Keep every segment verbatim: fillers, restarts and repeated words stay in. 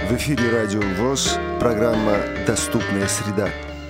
В эфире Радио ВОС, программа «Доступная среда».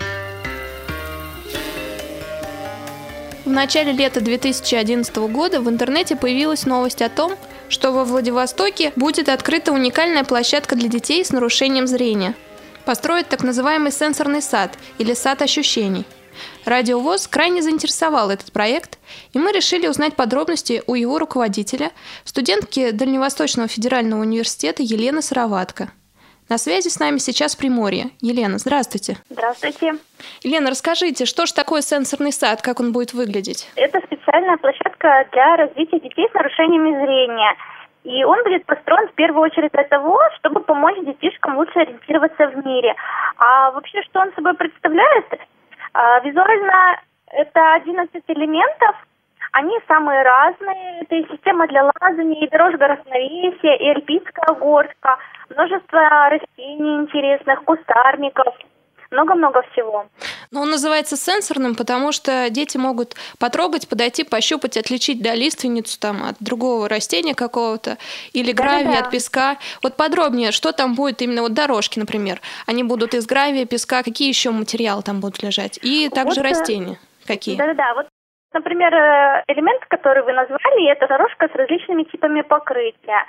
В начале лета две тысячи одиннадцатого года в интернете появилась новость о том, что во Владивостоке будет открыта уникальная площадка для детей с нарушением зрения. Построят так называемый сенсорный сад или сад ощущений. Радио ВОС крайне заинтересовал этот проект, и мы решили узнать подробности у его руководителя, студентки Дальневосточного федерального университета Елены Сыроватко. На связи с нами сейчас Приморье. Елена, здравствуйте. Здравствуйте. Елена, расскажите, что же такое сенсорный сад, как он будет выглядеть? Это специальная площадка для развития детей с нарушениями зрения. И он будет построен в первую очередь для того, чтобы помочь детишкам лучше ориентироваться в мире. А вообще, что он собой представляет? А, визуально это одиннадцать элементов. Они самые разные. Это и система для лазания, и дорожка равновесия, и альпийская горка, множество растений интересных, кустарников. Много-много всего. Но он называется сенсорным, потому что дети могут потрогать, подойти, пощупать, отличить, да, лиственницу там от другого растения какого-то или гравия Да-да-да. от песка. Вот подробнее, что там будет именно вот дорожки, например. Они будут из гравия, песка, какие еще материалы там будут лежать? И также Вот, растения. Какие? Да-да-да. Вот, например, элемент, который вы назвали, это дорожка с различными типами покрытия.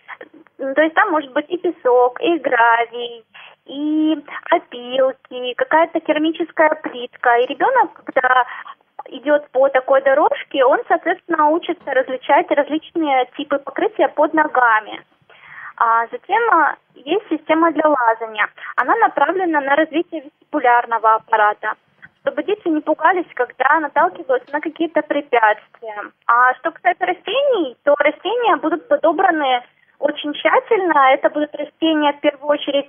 То есть там может быть и песок, и гравий, и опилки, какая-то керамическая плитка. И ребенок, когда идет по такой дорожке, он, соответственно, учится различать различные типы покрытия под ногами. А затем есть система для лазания. Она направлена на развитие вестибулярного аппарата, чтобы дети не пугались, когда наталкиваются на какие-то препятствия. А что касается растений, то растения будут подобраны очень тщательно. Это будут растения, в первую очередь,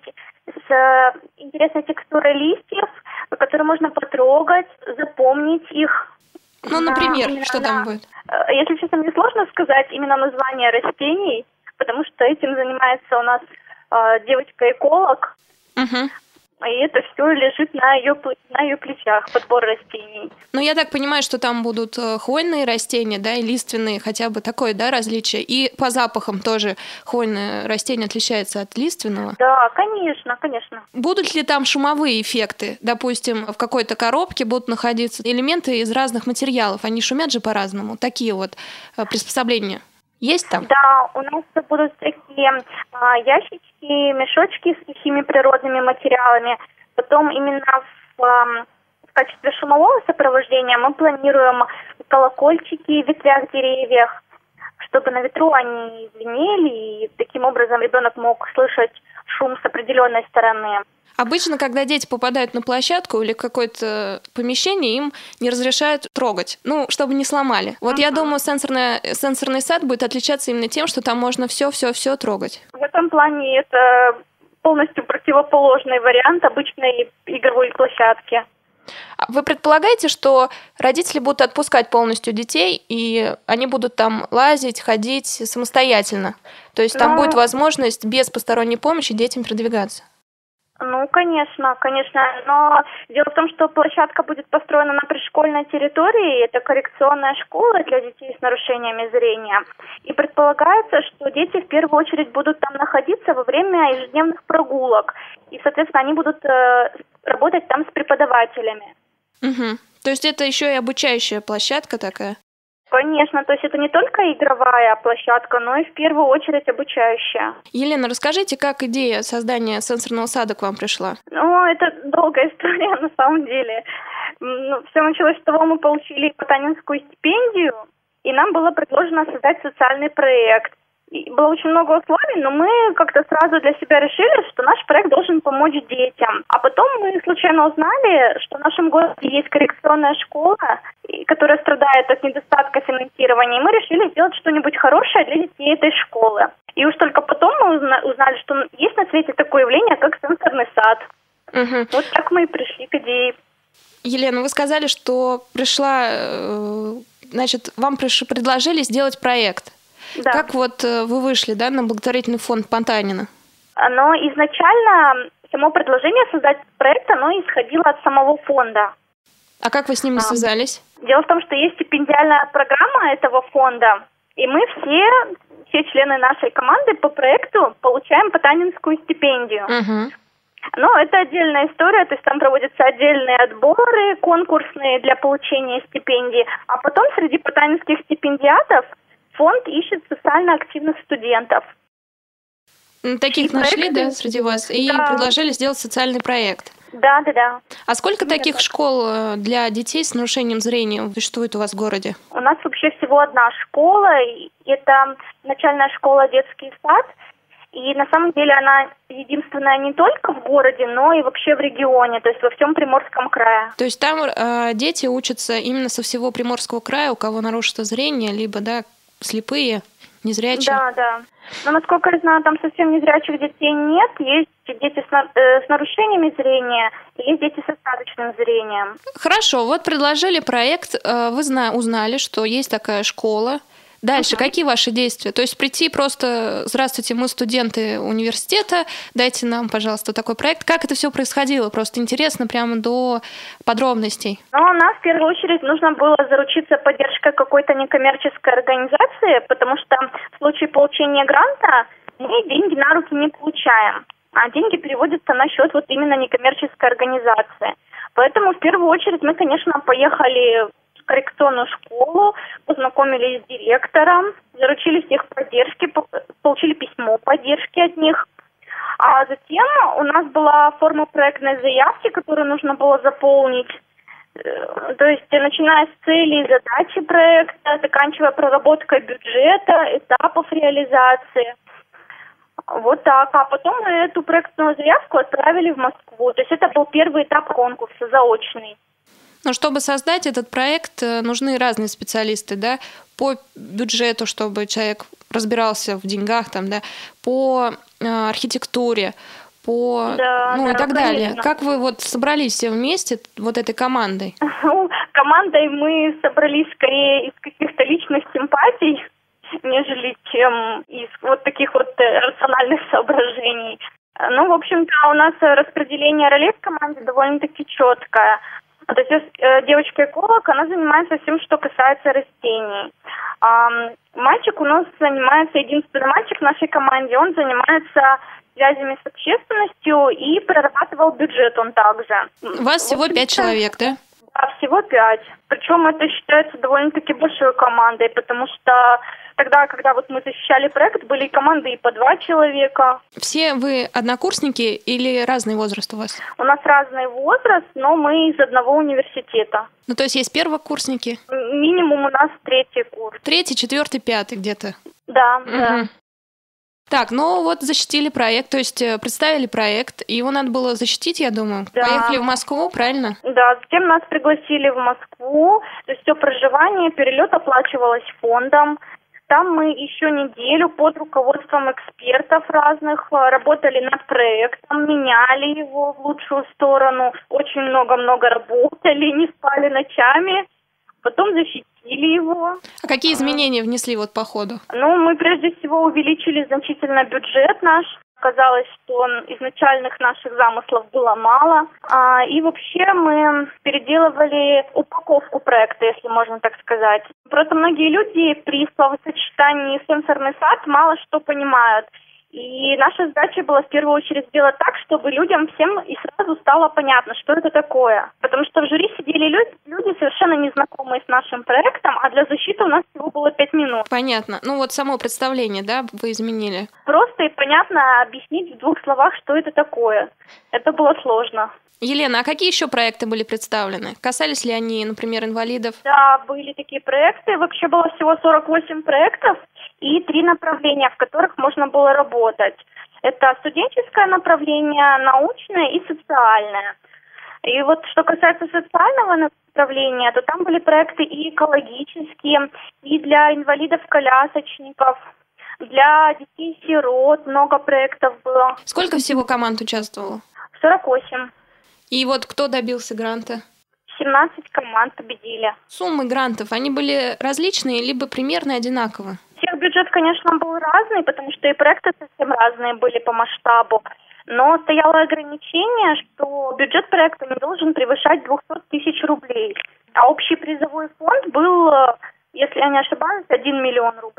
с интересной текстурой листьев, которые можно потрогать, запомнить их. Ну, например, именно что там будет? Если честно, мне сложно сказать именно название растений, потому что этим занимается у нас э, девочка-эколог. Угу. И это все лежит на ее, на ее плечах, подбор растений. Ну, я так понимаю, что там будут хвойные растения, да, и лиственные, хотя бы такое, да, различие. И по запахам тоже хвойное растение отличается от лиственного. Да, конечно, конечно. Будут ли там шумовые эффекты? Допустим, в какой-то коробке будут находиться элементы из разных материалов. Они шумят же по-разному. Такие вот приспособления. Есть там? Да, у нас будут такие а, ящички, мешочки с сухими природными материалами. Потом именно в, а, в качестве шумового сопровождения мы планируем колокольчики в ветвях деревьев, чтобы на ветру они звенели, и таким образом ребенок мог слышать шум с определенной стороны. Обычно, когда дети попадают на площадку или какое-то помещение, им не разрешают трогать, ну, чтобы не сломали. Вот uh-huh. я думаю, сенсорный, сенсорный сад будет отличаться именно тем, что там можно все-все-все трогать. В этом плане это полностью противоположный вариант обычной игровой площадки. Вы предполагаете, что родители будут отпускать полностью детей, и они будут там лазить, ходить самостоятельно? То есть там ну... будет возможность без посторонней помощи детям передвигаться? Ну, конечно, конечно, но дело в том, что площадка будет построена на пришкольной территории, это коррекционная школа для детей с нарушениями зрения, и предполагается, что дети в первую очередь будут там находиться во время ежедневных прогулок, и, соответственно, они будут э, работать там с преподавателями. Угу. То есть это еще и обучающая площадка такая? Конечно, то есть это не только игровая площадка, но и в первую очередь обучающая. Елена, расскажите, как идея создания сенсорного сада к вам пришла? Ну, это долгая история на самом деле. Ну, все началось с того, мы получили Потанинскую стипендию, и нам было предложено создать социальный проект. И было очень много условий, но мы как-то сразу для себя решили, что наш проект должен помочь детям. А потом мы случайно узнали, что в нашем городе есть коррекционная школа, которая страдает от недостатка финансирования, и мы решили сделать что-нибудь хорошее для детей этой школы. И уж только потом мы узнали, что есть на свете такое явление, как сенсорный сад. Угу. Вот так мы и пришли к идее. Елена, вы сказали, что пришла, значит, вам предложили сделать проект. Да. Как вот вы вышли, да, на благотворительный фонд Потанина? Но изначально само предложение создать проект, оно исходило от самого фонда. А как вы с ними а. связались? Дело в том, что есть стипендиальная программа этого фонда, и мы все все члены нашей команды по проекту получаем Потанинскую стипендию. Угу. Но это отдельная история, то есть там проводятся отдельные отборы конкурсные для получения стипендий, а потом среди потанинских стипендиатов фонд ищет социально активных студентов. Таких И нашли, проекты... да, среди вас, и да. предложили сделать социальный проект. Да, да, да. А сколько Именно таких так. школ для детей с нарушением зрения существует у вас в городе? У нас вообще всего одна школа, и это начальная школа «Детский сад». И на самом деле она единственная не только в городе, но и вообще в регионе, то есть во всем Приморском крае. То есть там э, дети учатся именно со всего Приморского края, у кого нарушено зрение, либо, да, слепые, незрячие? Да, да. Но, насколько я знаю, там совсем незрячих детей нет. Есть дети с, на- э, с нарушениями зрения, и есть дети с остаточным зрением. Хорошо, вот предложили проект, э, вы зна- узнали, что есть такая школа. Дальше, Ага. какие ваши действия? То есть прийти просто, здравствуйте, мы студенты университета, дайте нам, пожалуйста, такой проект. Как это все происходило? Просто интересно прямо до подробностей. Но нам в первую очередь нужно было заручиться поддержкой какой-то некоммерческой организации, потому что в случае получения гранта мы деньги на руки не получаем, а деньги переводятся на счет вот именно некоммерческой организации. Поэтому в первую очередь мы, конечно, поехали в коррекционную школу, познакомились с директором, заручились их поддержки, получили письмо поддержки от них. А затем у нас была форма проектной заявки, которую нужно было заполнить. То есть, начиная с целей и задачи проекта, заканчивая проработкой бюджета, этапов реализации. Вот так. А потом мы эту проектную заявку отправили в Москву. То есть это был первый этап конкурса, заочный. Но чтобы создать этот проект, нужны разные специалисты, да, по бюджету, чтобы человек разбирался в деньгах, там, да, по э, архитектуре, по, да, ну да, и так конечно. далее. Как вы вот собрались все вместе вот этой командой? Командой мы собрались скорее из каких-то личных симпатий, нежели чем из вот таких вот рациональных соображений. Ну, в общем-то, у нас распределение ролей в команде довольно-таки четкое. То есть э, девочка-эколог, она занимается всем, что касается растений. А мальчик у нас занимается, единственный мальчик в нашей команде, он занимается связями с общественностью и прорабатывал бюджет он также. У вас всего пять человек, да? Да, всего пять. Причем это считается довольно-таки большой командой, потому что тогда, когда вот мы защищали проект, были команды и по два человека. Все вы однокурсники или разный возраст у вас? У нас разный возраст, но мы из одного университета. Ну, то есть есть первокурсники? Минимум у нас третий курс. Третий, четвертый, пятый где-то? Да, угу. да. Так, ну вот защитили проект, то есть представили проект, и его надо было защитить, я думаю. Да. Поехали в Москву, правильно? Да, затем нас пригласили в Москву, то есть все проживание, перелет оплачивалось фондом. Там мы еще неделю под руководством экспертов разных работали над проектом, меняли его в лучшую сторону, очень много-много работали, не спали ночами, потом защитили его. А какие изменения внесли вот по ходу? Ну, мы прежде всего увеличили значительно бюджет наш. Оказалось, что изначальных наших замыслов было мало. А, и вообще мы переделывали упаковку проекта, если можно так сказать. Просто многие люди при словосочетании «сенсорный сад» мало что понимают. И наша задача была в первую очередь сделать так, чтобы людям всем и сразу стало понятно, что это такое. Потому что в жюри сидели люди, люди совершенно незнакомые с нашим проектом, а для защиты у нас всего было пять минут. Понятно. Ну вот само представление, да, вы изменили? Просто и понятно объяснить в двух словах, что это такое. Это было сложно. Елена, а какие еще проекты были представлены? Касались ли они, например, инвалидов? Да, были такие проекты. Вообще было всего сорок восемь проектов и три направления, в которых можно было работать. Это студенческое направление, научное и социальное. И вот что касается социального направления, то там были проекты и экологические, и для инвалидов-колясочников, для детей-сирот много проектов было. Сколько всего команд участвовало? сорок восемь. И вот кто добился гранта? семнадцать команд победили. Суммы грантов, они были различные, либо примерно одинаково? Всех бюджет, конечно, был разный, потому что и проекты совсем разные были по масштабу. Но стояло ограничение, что бюджет проекта не должен превышать двести тысяч рублей. А общий призовой фонд был, если я не ошибаюсь, один миллион рублей.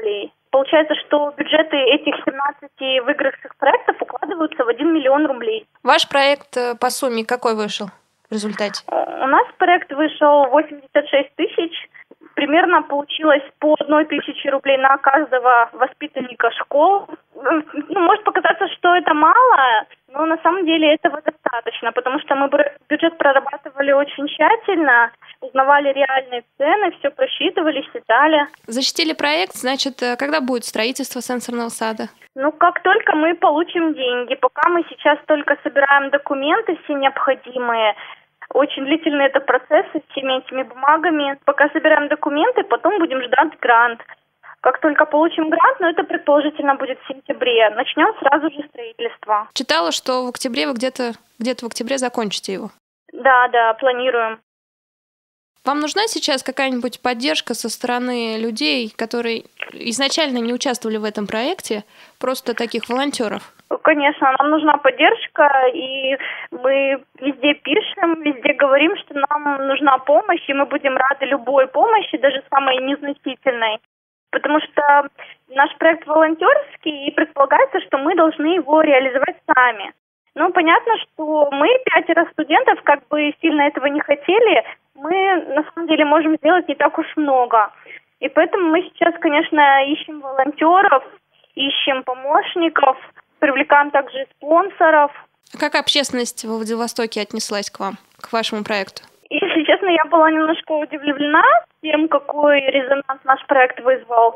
Получается, что бюджеты этих семнадцати выигравших проектов укладываются в один миллион рублей. Ваш проект по сумме какой вышел в результате? У нас проект вышел восемьдесят шесть тысяч. Примерно получилось по одной тысяче рублей на каждого воспитанника школ. Ну, может показаться, что это мало, но на самом деле этого достаточно, потому что мы бюджет прорабатывали очень тщательно, узнавали реальные цены, все просчитывали, считали. Защитили проект, значит, когда будет строительство сенсорного сада? Ну, как только мы получим деньги. Пока мы сейчас только собираем документы все необходимые. Очень длительный это процесс с всеми этими бумагами. Пока собираем документы, потом будем ждать грант. Как только получим грант, ну это предположительно будет в сентябре, начнем сразу же строительство. Читала, что в октябре вы где-то где-то в октябре закончите его. Да, да, планируем. Вам нужна сейчас какая-нибудь поддержка со стороны людей, которые изначально не участвовали в этом проекте, просто таких волонтеров? Конечно, нам нужна поддержка, и мы везде пишем, везде говорим, что нам нужна помощь, и мы будем рады любой помощи, даже самой незначительной. Потому что наш проект волонтерский, и предполагается, что мы должны его реализовать сами. Ну, понятно, что мы, пятеро студентов, как бы сильно этого не хотели, мы на самом деле можем сделать не так уж много. И поэтому мы сейчас, конечно, ищем волонтеров, ищем помощников, привлекаем также спонсоров. А как общественность во Владивостоке отнеслась к вам, к вашему проекту? Если честно, я была немножко удивлена тем, какой резонанс наш проект вызвал.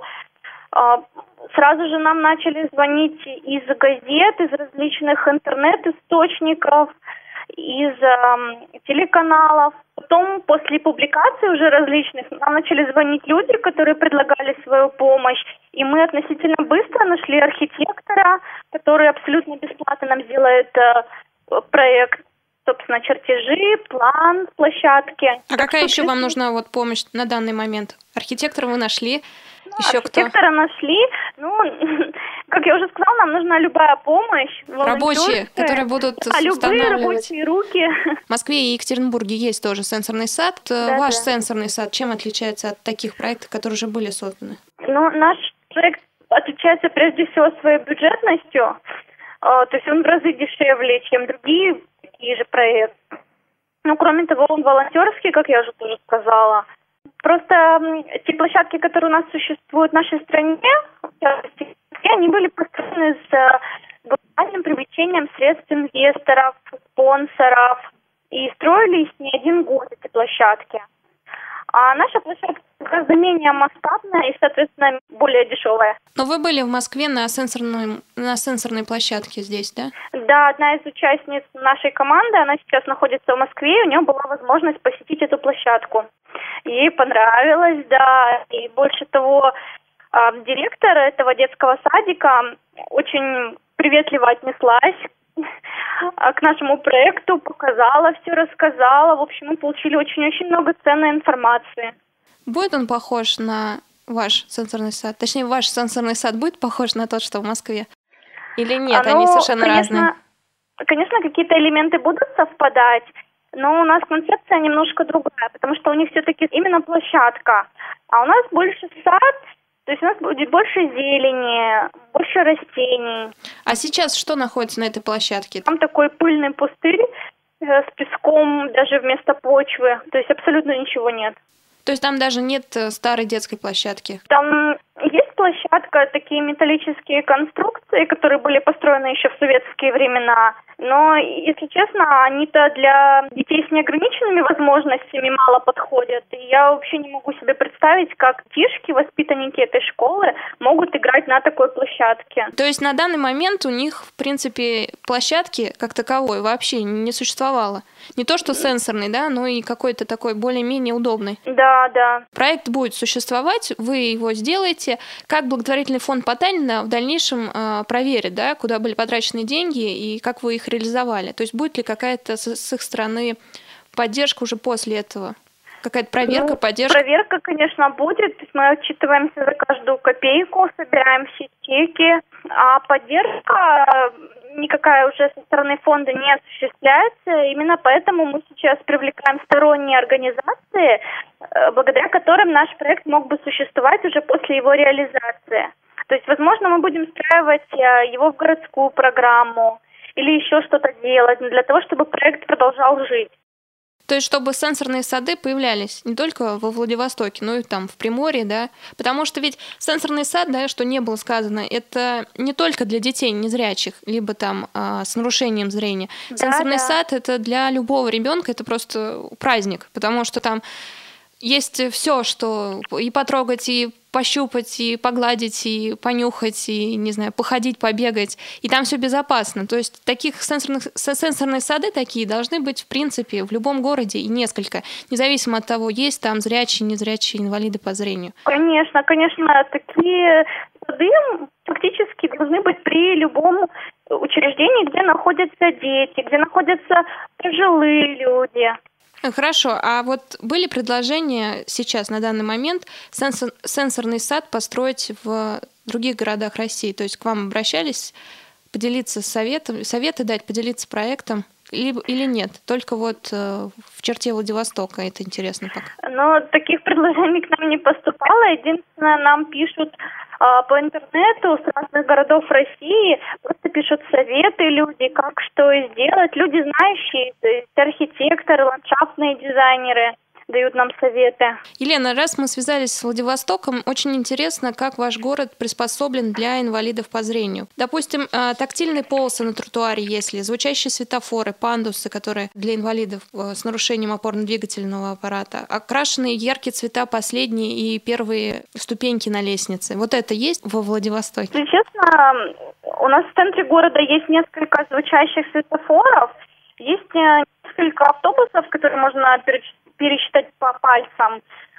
Сразу же нам начали звонить из газет, из различных интернет-источников, из э, телеканалов. Потом, после публикации уже различных, нам начали звонить люди, которые предлагали свою помощь. И мы относительно быстро нашли архитектора, который абсолютно бесплатно нам сделает э, проект, собственно, чертежи, план площадки. А так какая что, еще вам нужна вот помощь на данный момент? Архитектора вы нашли? Ну, еще архитектора кто? нашли. Ну, как я уже сказала, нам нужна любая помощь. Рабочие, которые будут а, любые устанавливать. рабочие руки. В Москве и Екатеринбурге есть тоже сенсорный сад. Да, Ваш да. сенсорный сад чем отличается от таких проектов, которые уже были созданы? Ну, наш проект отличается прежде всего своей бюджетностью. То есть он в разы дешевле, чем другие такие же проекты. Ну, кроме того, он волонтерский, как я уже тоже сказала. Просто те площадки, которые у нас существуют в нашей стране, они были построены с глобальным привлечением средств инвесторов, спонсоров. И строились не один год эти площадки. А наша площадка гораздо менее масштабная и, соответственно, более дешевая. Но вы были в Москве на сенсорной, на сенсорной площадке здесь, да? Да, одна из участниц нашей команды, она сейчас находится в Москве, и у нее была возможность посетить эту площадку. Ей понравилось, да, и больше того, директор этого детского садика очень приветливо отнеслась к нашему проекту, показала все, рассказала. В общем, мы получили очень-очень много ценной информации. Будет он похож на ваш сенсорный сад? Точнее, ваш сенсорный сад будет похож на тот, что в Москве? Или нет, а, они ну, совершенно конечно, разные? Конечно, какие-то элементы будут совпадать, но у нас концепция немножко другая, потому что у них все-таки именно площадка, а у нас больше сад. То есть у нас будет больше зелени, больше растений. А сейчас что находится на этой площадке? Там такой пыльный пустырь э, с песком даже вместо почвы. То есть абсолютно ничего нет. То есть там даже нет старой детской площадки? Там есть площадка, такие металлические конструкции, которые были построены еще в советские времена. Но, если честно, они-то для детей с неограниченными возможностями мало подходят. И я вообще не могу себе представить, как детишки, воспитанники этой школы, могут играть на такой площадке. То есть на данный момент у них, в принципе, площадки как таковой вообще не существовало? Не то что сенсорный, да, но и какой-то такой более-менее удобный. Да, да. Проект будет существовать, вы его сделаете. Как благотворительный фонд Потанина в дальнейшем э, проверит, да, куда были потрачены деньги и как вы их реализовали? То есть будет ли какая-то с, с их стороны поддержка уже после этого? Какая-то проверка, ну, поддержка? Проверка, конечно, будет. То есть мы отчитываемся за каждую копейку, собираем все чеки. А поддержка никакая уже со стороны фонда не осуществляется. Именно поэтому мы сейчас привлекаем сторонние организации, благодаря которым наш проект мог бы существовать уже после его реализации. То То есть, возможно, мы будем встраивать его в городскую программу или еще что-то делать для того, чтобы проект продолжал жить. То есть, чтобы сенсорные сады появлялись не только во Владивостоке, но и там в Приморье, да? Потому что ведь сенсорный сад, да, что не было сказано, это не только для детей незрячих, либо там а, с нарушением зрения. Да, Сенсорный да. сад — это для любого ребенка, это просто праздник, потому что там есть все, что и потрогать, и пощупать, и погладить, и понюхать, и, не знаю, походить, побегать. И там все безопасно. То есть таких сенсорных, сенсорные сады такие должны быть, в принципе, в любом городе и несколько, независимо от того, есть там зрячие, незрячие, инвалиды по зрению. Конечно, конечно, такие сады фактически должны быть при любом учреждении, где находятся дети, где находятся пожилые люди. Хорошо, а вот были предложения сейчас, на данный момент, сенсор, сенсорный сад построить в других городах России? То есть к вам обращались поделиться советом, советы дать, поделиться проектом или, или нет? Только вот э, в черте Владивостока это интересно пока. Но таких предложений к нам не поступало. Единственное, нам пишут э, по интернету с разных городов России, просто пишут советы люди, как что сделать. Люди знающие, то есть архитекторы, ландшафтные дизайнеры дают нам советы. Елена, раз мы связались с Владивостоком, очень интересно, как ваш город приспособлен для инвалидов по зрению. Допустим, тактильные полосы на тротуаре, если звучащие светофоры, пандусы, которые для инвалидов с нарушением опорно-двигательного аппарата, окрашенные яркие цвета последние и первые ступеньки на лестнице. Вот это есть во Владивостоке? Если честно, у нас в центре города есть несколько звучащих светофоров, есть несколько автобусов, которые можно перечислить, пересчитать по пальцам,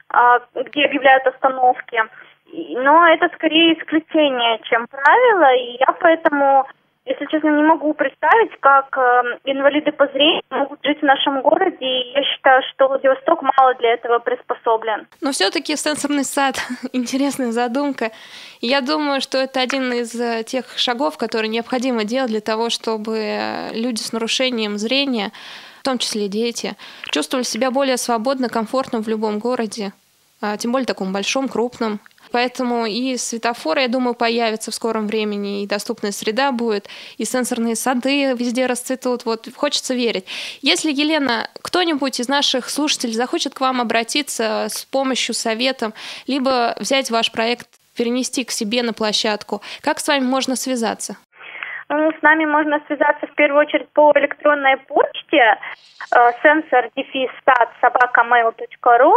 где объявляют остановки. Но это скорее исключение, чем правило. И я поэтому, если честно, не могу представить, как инвалиды по зрению могут жить в нашем городе. И я считаю, что Владивосток мало для этого приспособлен. Но все-таки сенсорный сад – интересная задумка. И я думаю, что это один из тех шагов, которые необходимо делать для того, чтобы люди с нарушением зрения, в том числе дети, чувствовали себя более свободно, комфортно в любом городе, тем более таком большом, крупном. Поэтому и светофоры, я думаю, появятся в скором времени, и доступная среда будет, и сенсорные сады везде расцветут. Вот хочется верить. Если, Елена, кто-нибудь из наших слушателей захочет к вам обратиться с помощью, советом, либо взять ваш проект, перенести к себе на площадку, как с вами можно связаться? Ну, с нами можно связаться в первую очередь по электронной почте сенсор дефис сад собака мейл точка ру.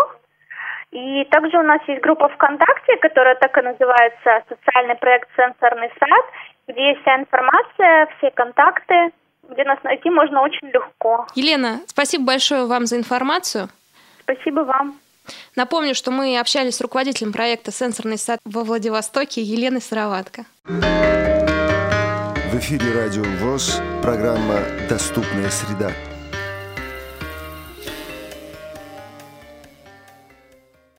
И также у нас есть группа ВКонтакте, которая так и называется «Социальный проект «Сенсорный сад», где есть вся информация, все контакты, где нас найти можно очень легко. Елена, спасибо большое вам за информацию. Спасибо вам. Напомню, что мы общались с руководителем проекта «Сенсорный сад» во Владивостоке Еленой Сыроватко. В эфире Радио ВОС, программа «Доступная среда».